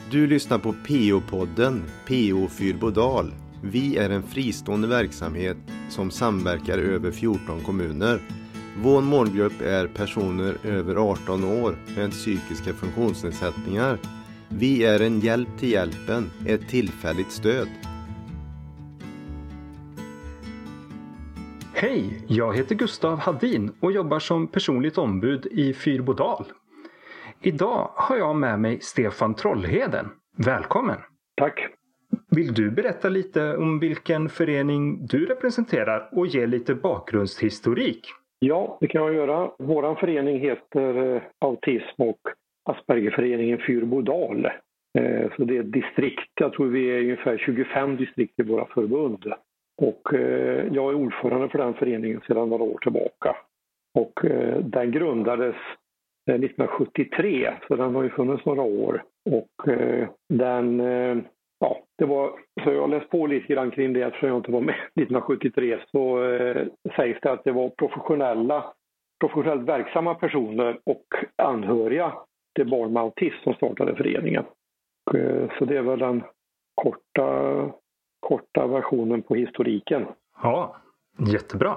Du lyssnar på PO-podden, PO Fyrbodal. Vi är en fristående verksamhet som samverkar över 14 kommuner. Vår målgrupp är personer över 18 år med psykiska funktionsnedsättningar. Vi är en hjälp till hjälpen, ett tillfälligt stöd. Hej, jag heter Gustav Hadin och jobbar som personligt ombud i Fyrbodal. Idag har jag med mig Stefan Trollheden. Välkommen! Tack! Vill du berätta lite om vilken förening du representerar och ge lite bakgrundshistorik? Ja, det kan jag göra. Vår förening heter Autism- och Aspergerföreningen Fyrbodal. Så det är ett distrikt. Jag tror vi är ungefär 25 distrikt i våra förbund. Och jag är ordförande för den föreningen sedan några år tillbaka. Och den grundades 1973, så den har ju funnits några år. Och det var, så jag har läst på lite grann kring det eftersom jag inte var med 1973, så sägs det att det var professionellt verksamma personer och anhöriga till barn med autism som startade föreningen. Och, så det är väl den korta versionen på historiken. Ja, jättebra.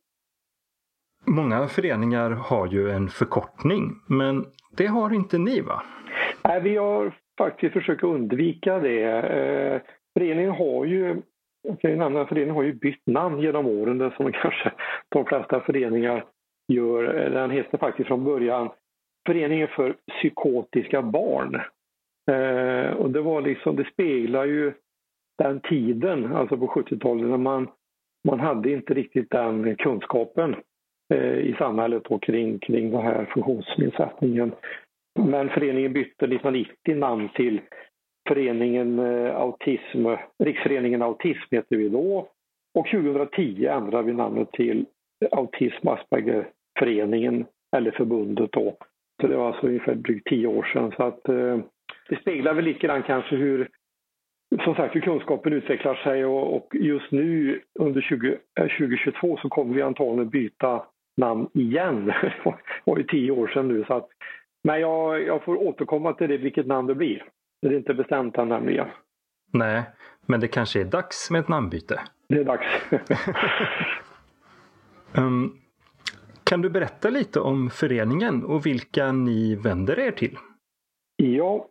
Många föreningar har ju en förkortning, men det har inte ni, va? Nej, vi har faktiskt försökt undvika det. Föreningen har ju bytt namn genom åren, det som kanske de flesta föreningar gör. Den heter faktiskt från början Föreningen för psykotiska barn. Och det var liksom, det speglar ju den tiden, alltså på 70-talet, när man hade inte riktigt den kunskapen i samhället då kring den här funktionsnedsättningen. Men föreningen bytte 1990 namn till Föreningen Autism, Riksföreningen Autism heter vi då. Och 2010 ändrade vi namnet till Autism Aspergerföreningen eller förbundet då. Så det var alltså ungefär drygt 10 år sedan. Så att det speglar väl lite grann kanske hur kunskapen utvecklar sig, och just nu under 2022 så kommer vi antagligen byta namn igen. Det var ju 10 år sedan nu, så att, men jag får återkomma till det, vilket namn det blir. Det är inte bestämt än nämligen. Nej, men det kanske är dags med ett namnbyte. Det är dags. Kan du berätta lite om föreningen och vilka ni vänder er till? Ja,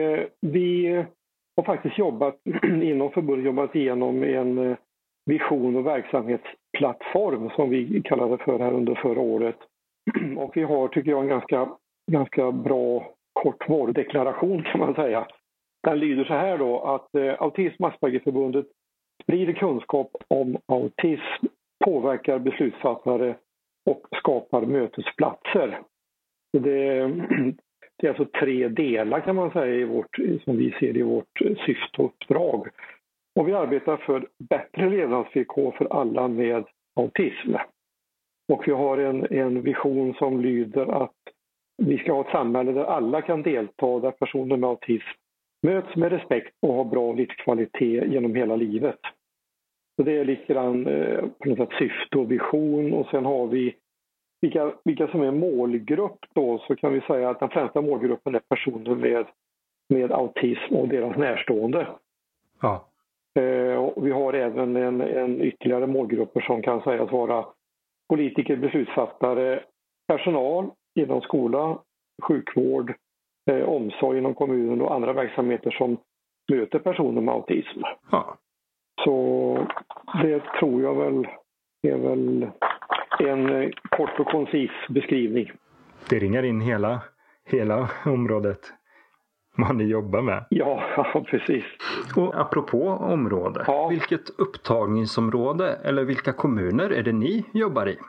vi har faktiskt inom förbundet igenom en vision- och verksamhetsplattform som vi kallade för här under förra året. Och vi har, tycker jag, en ganska bra kort varudeklaration kan man säga. Den lyder så här då, att Autism- Aspergerförbundet sprider kunskap om autism, påverkar beslutsfattare och skapar mötesplatser. Det är alltså 3 delar kan man säga som vi ser i vårt syfte och uppdrag. Och vi arbetar för bättre levnadsvillkor för alla med autism. Och vi har en vision som lyder att vi ska ha ett samhälle där alla kan delta, där personer med autism möts med respekt och har bra livskvalitet genom hela livet. Så det är lite grann på något sätt syfte och vision. Och sen har vi vilka som är målgrupp då, så kan vi säga att den främsta målgruppen är personer med autism och deras närstående. Ja. Och vi har även en ytterligare målgrupper som kan sägas vara politiker, beslutsfattare, personal inom skola, sjukvård, omsorg inom kommunen och andra verksamheter som möter personer med autism. Ja. Så det tror jag väl är väl en kort och koncis beskrivning. Det ringar in hela området vad ni jobbar med. Ja, precis. Och apropå område, vilket upptagningsområde eller vilka kommuner är det ni jobbar i?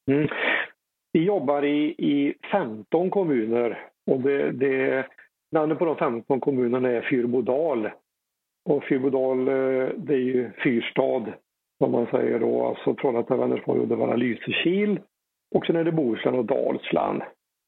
Vi jobbar i 15 kommuner, och namnet på de 15 kommunerna är Fyrbodal. Och Fyrbodal, det är ju fyrstad som man säger då, alltså Trollhättan, Vänersborg, Uddevalla, Lysekil, och sen är det Bohuslän och Dalsland.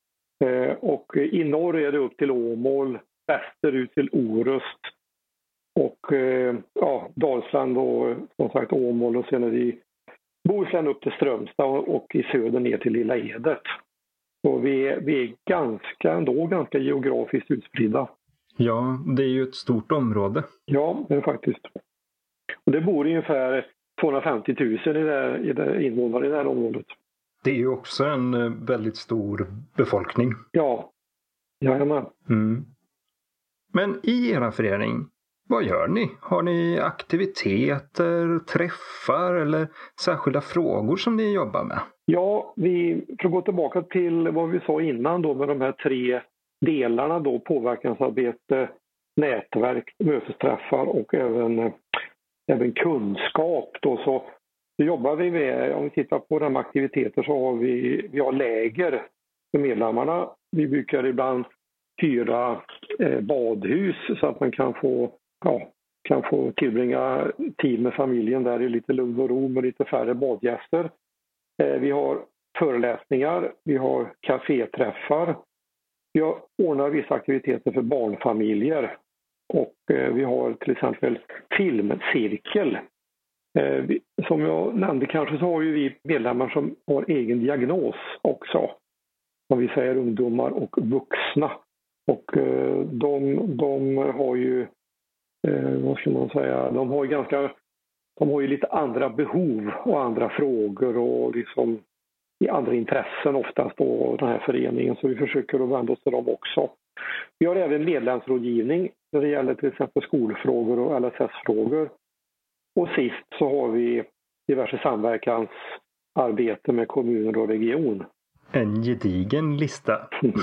Och i norr är det upp till Åmål, västerut till Orust, och Dalsland och som sagt Åmål, och sen är det Bohuslän upp till Strömstad och i söder ner till Lilla Edet. Så vi är ganska geografiskt utspridda. Ja, det är ju ett stort område. Ja, det är faktiskt. Och det bor ungefär 250 000 invånare i det här området. Det är ju också en väldigt stor befolkning. Ja, jajamän. Mm. Men i er förening, vad gör ni? Har ni aktiviteter, träffar eller särskilda frågor som ni jobbar med? Ja, för att gå tillbaka till vad vi sa innan då med de här 3 delarna då, påverkansarbete, nätverk, mötesträffar och även kunskap då, så jobbar vi med, om vi tittar på de aktiviteter så har vi har läger för medlemmarna. Vi brukar ibland hyra badhus så att man kan få tillbringa tid med familjen där i lite lugn och ro med lite färre badgäster. Vi har föreläsningar, vi har kaféträffar, vi ordnar vissa aktiviteter för barnfamiljer och vi har till exempel filmcirkel. Som jag nämnde kanske så har ju vi medlemmar som har egen diagnos också. Som vi säger ungdomar och vuxna. Och de har ju, vad ska man säga, de har ju lite andra behov och andra frågor och liksom i andra intressen oftast på den här föreningen, så vi försöker att vända oss till dem också. Vi har även medlemsrådgivning när det gäller till exempel skolfrågor och LSS-frågor. Och sist så har vi diverse samverkansarbete med kommuner och region. En gedigen lista.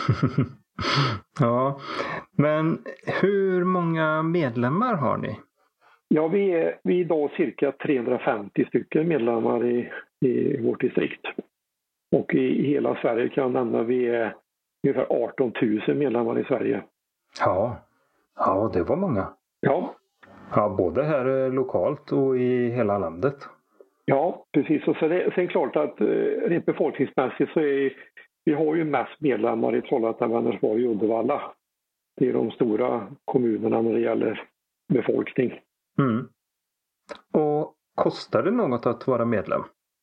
Ja, men hur många medlemmar har ni? Ja, vi är idag cirka 350 stycken medlemmar i vårt distrikt. Och i hela Sverige kan jag nämna att vi är ungefär 18 000 medlemmar i Sverige. Ja, det var många. Ja. Ja, både här lokalt och i hela landet. Ja, precis. Och sen är det klart att rent befolkningsmässigt så vi har ju mest medlemmar i Trollhättan, Vänersborg och Uddevalla. Det är de stora kommunerna när det gäller befolkning. Mm. Och kostar det något att vara medlem?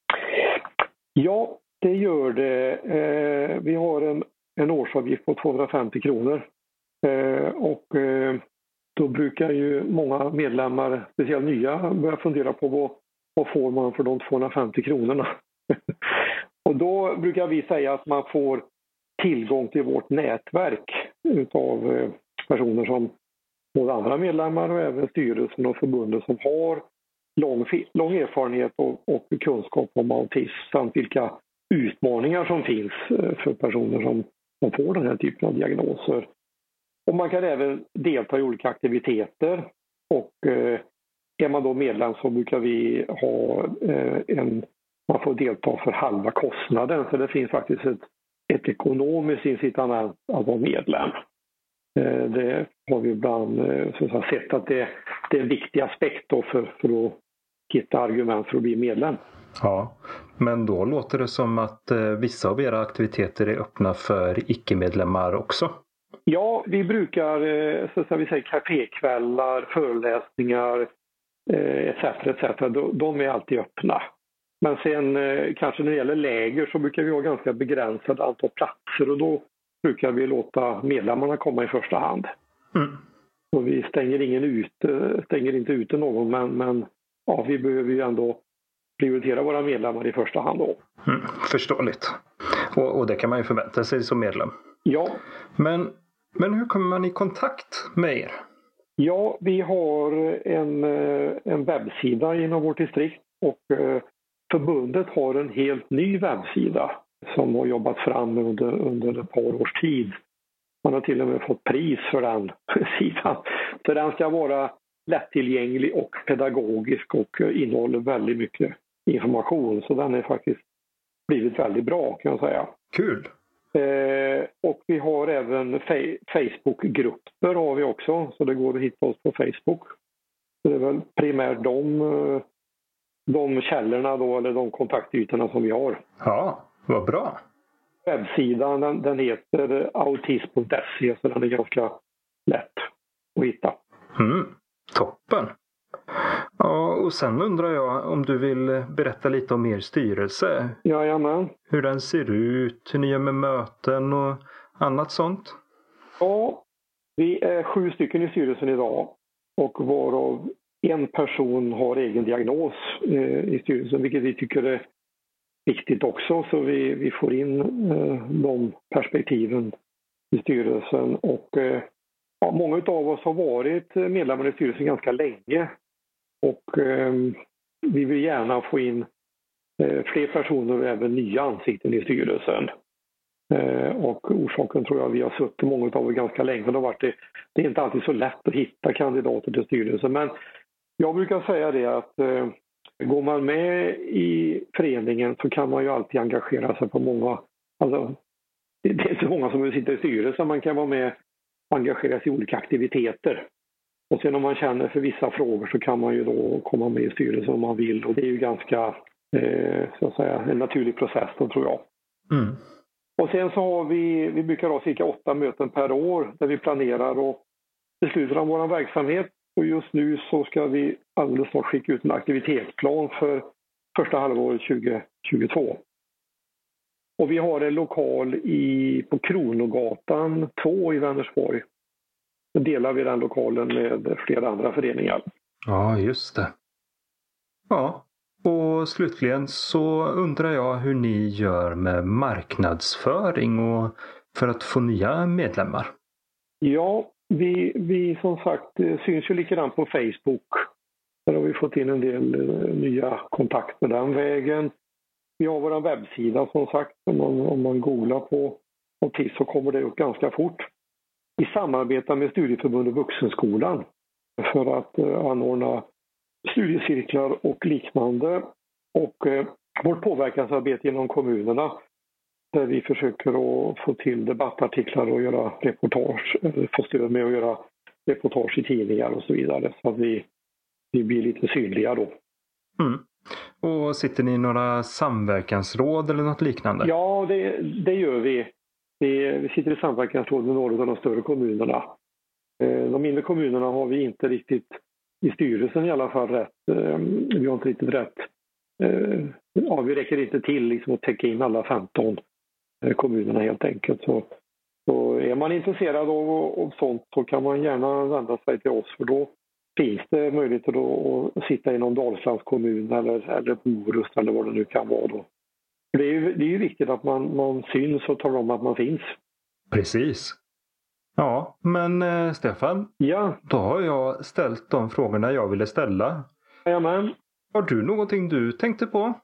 Ja, det gör det. Vi har en årsavgift på 250 kronor. Och då brukar ju många medlemmar, speciellt nya, börja fundera på vad får man för de 250 kronorna. Och då brukar vi säga att man får tillgång till vårt nätverk utav personer som både andra medlemmar och även styrelsen och förbundet som har lång erfarenhet och kunskap om autism samt vilka utmaningar som finns för personer som får den här typen av diagnoser. Och man kan även delta i olika aktiviteter och är man då medlem så brukar vi ha man får delta för halva kostnaden, så det finns faktiskt ett ekonomiskt incitament att vara medlem. Det har vi ibland sett att det är en viktig aspekt då för att hitta argument för att bli medlem. Ja, men då låter det som att vissa av era aktiviteter är öppna för icke-medlemmar också. Ja, vi brukar vi säger kafékvällar, föreläsningar etc. De är alltid öppna. Men sen kanske när det gäller läger så brukar vi ha ganska begränsat antal platser och då brukar vi låta medlemmarna komma i första hand. Mm. Och vi stänger inte ute någon, men ja, vi behöver ju ändå prioritera våra medlemmar i första hand då. Förståeligt. Och det kan man ju förvänta sig som medlem. Ja. Men hur kommer man i kontakt med er? Ja, vi har en webbsida inom vårt distrikt och förbundet har en helt ny webbsida som har jobbat fram under ett par års tid. Man har till och med fått pris för den sidan. Så den ska vara lättillgänglig och pedagogisk och innehåller väldigt mycket information. Så den är faktiskt blivit väldigt bra, kan jag säga. Kul! Och vi har även Facebookgrupper har vi också, så det går att hitta oss på Facebook. Så det är väl primärt de källorna då, eller de kontaktytorna som vi har. Ja, vad bra! Webbsidan den heter autism.se, så den är ganska lätt att hitta. Toppen! Ja, och sen undrar jag om du vill berätta lite om er styrelse. Jajamän. Hur den ser ut, hur ni gör med möten och annat sånt. Ja, Vi är 7 stycken i styrelsen idag och varav en person har egen diagnos i styrelsen, vilket vi tycker är viktigt också, så vi får in de perspektiven i styrelsen. Och många av oss har varit medlemmar i styrelsen ganska länge och vi vill gärna få in fler personer och även nya ansikten i styrelsen. Och orsaken tror jag vi har suttit många av oss ganska länge. Det är inte alltid så lätt att hitta kandidater till styrelsen, men jag brukar säga det att går man med i föreningen så kan man ju alltid engagera sig på många, alltså det är inte så många som vill sitta i styrelsen, man kan vara med och engagera sig i olika aktiviteter. Och sen om man känner för vissa frågor så kan man ju då komma med i styrelsen om man vill, och det är ju ganska så att säga en naturlig process då, tror jag. Mm. Och sen så har vi brukar ha cirka 8 möten per år där vi planerar och beslutar om vår verksamhet. Och just nu så ska vi alldeles snart skicka ut en aktivitetsplan för första halvåret 2022. Och vi har en lokal på Kronogatan 2 i Vänersborg. Då delar vi den lokalen med flera andra föreningar. Ja, just det. Ja, och slutligen så undrar jag hur ni gör med marknadsföring och för att få nya medlemmar. Ja, vi som sagt syns ju likadant på Facebook. Där har vi fått in en del nya kontakter den vägen. Vi har vår webbsida som sagt, om man googlar på autism så kommer det upp ganska fort. Vi samarbetar med Studieförbundet Vuxenskolan för att anordna studiecirklar och liknande. Och vårt påverkansarbete inom kommunerna där vi försöker att få till debattartiklar och göra reportage, få stöd med att göra reportage i tidningar och så vidare, så att vi blir lite synliga då. Mm. Och sitter ni i några samverkansråd eller något liknande? Ja, det gör vi. Vi sitter i samverkansråd med några av de större kommunerna. De mindre kommunerna har vi inte riktigt, i styrelsen i alla fall, rätt. Vi har inte riktigt rätt. Vi räcker inte till liksom att täcka in alla 15 kommunerna helt enkelt. Så är man intresserad av sånt så kan man gärna vända sig till oss, för då finns det möjligheter att sitta i någon Dalslands kommun eller Orust eller vad det nu kan vara då. Det är ju viktigt att man syns och talar om att man finns. Precis. Ja, men Stefan, ja. Då har jag ställt de frågorna jag ville ställa. Jajamän. Har du någonting du tänkte på?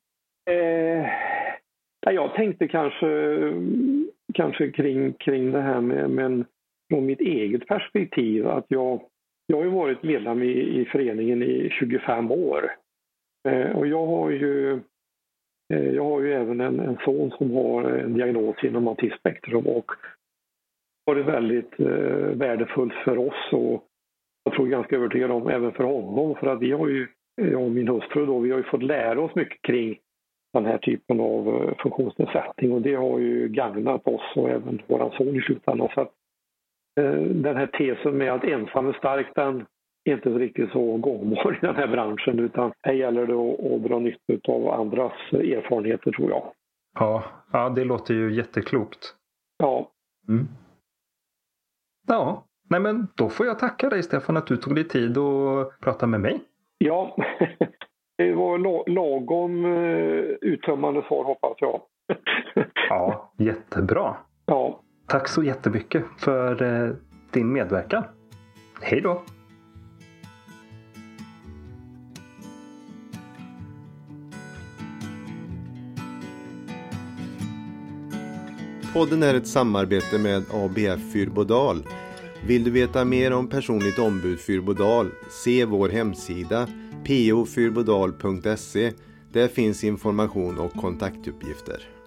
Jag tänkte kanske kring det här med från mitt eget perspektiv, att jag har ju varit medlem i föreningen i 25 år. Och jag har ju även en son som har en diagnos inom autismspektrum, och det har varit väldigt värdefullt för oss, och jag tror ganska övertygad om även för honom, för att vi har ju, jag och min hustru då, vi har ju fått lära oss mycket kring den här typen av funktionsnedsättning, och det har ju gagnat oss och även våran son i slutändan. Så att den här tesen med att ensam är stark, den är inte riktigt så gångbar i den här branschen, utan här gäller det att dra nytta av andras erfarenheter, tror jag. Ja, det låter ju jätteklokt. Ja. Mm. Ja, nej men då får jag tacka dig, Stefan, att du tog dig tid att prata med mig. Ja, det var lagom uttömmande svar, hoppas jag. Ja, jättebra. Ja. Tack så jättemycket för din medverkan. Hej då! Podden är ett samarbete med ABF Fyrbodal. Vill du veta mer om personligt ombud Fyrbodal, se vår hemsida pofyrbodal.se. Där finns information och kontaktuppgifter.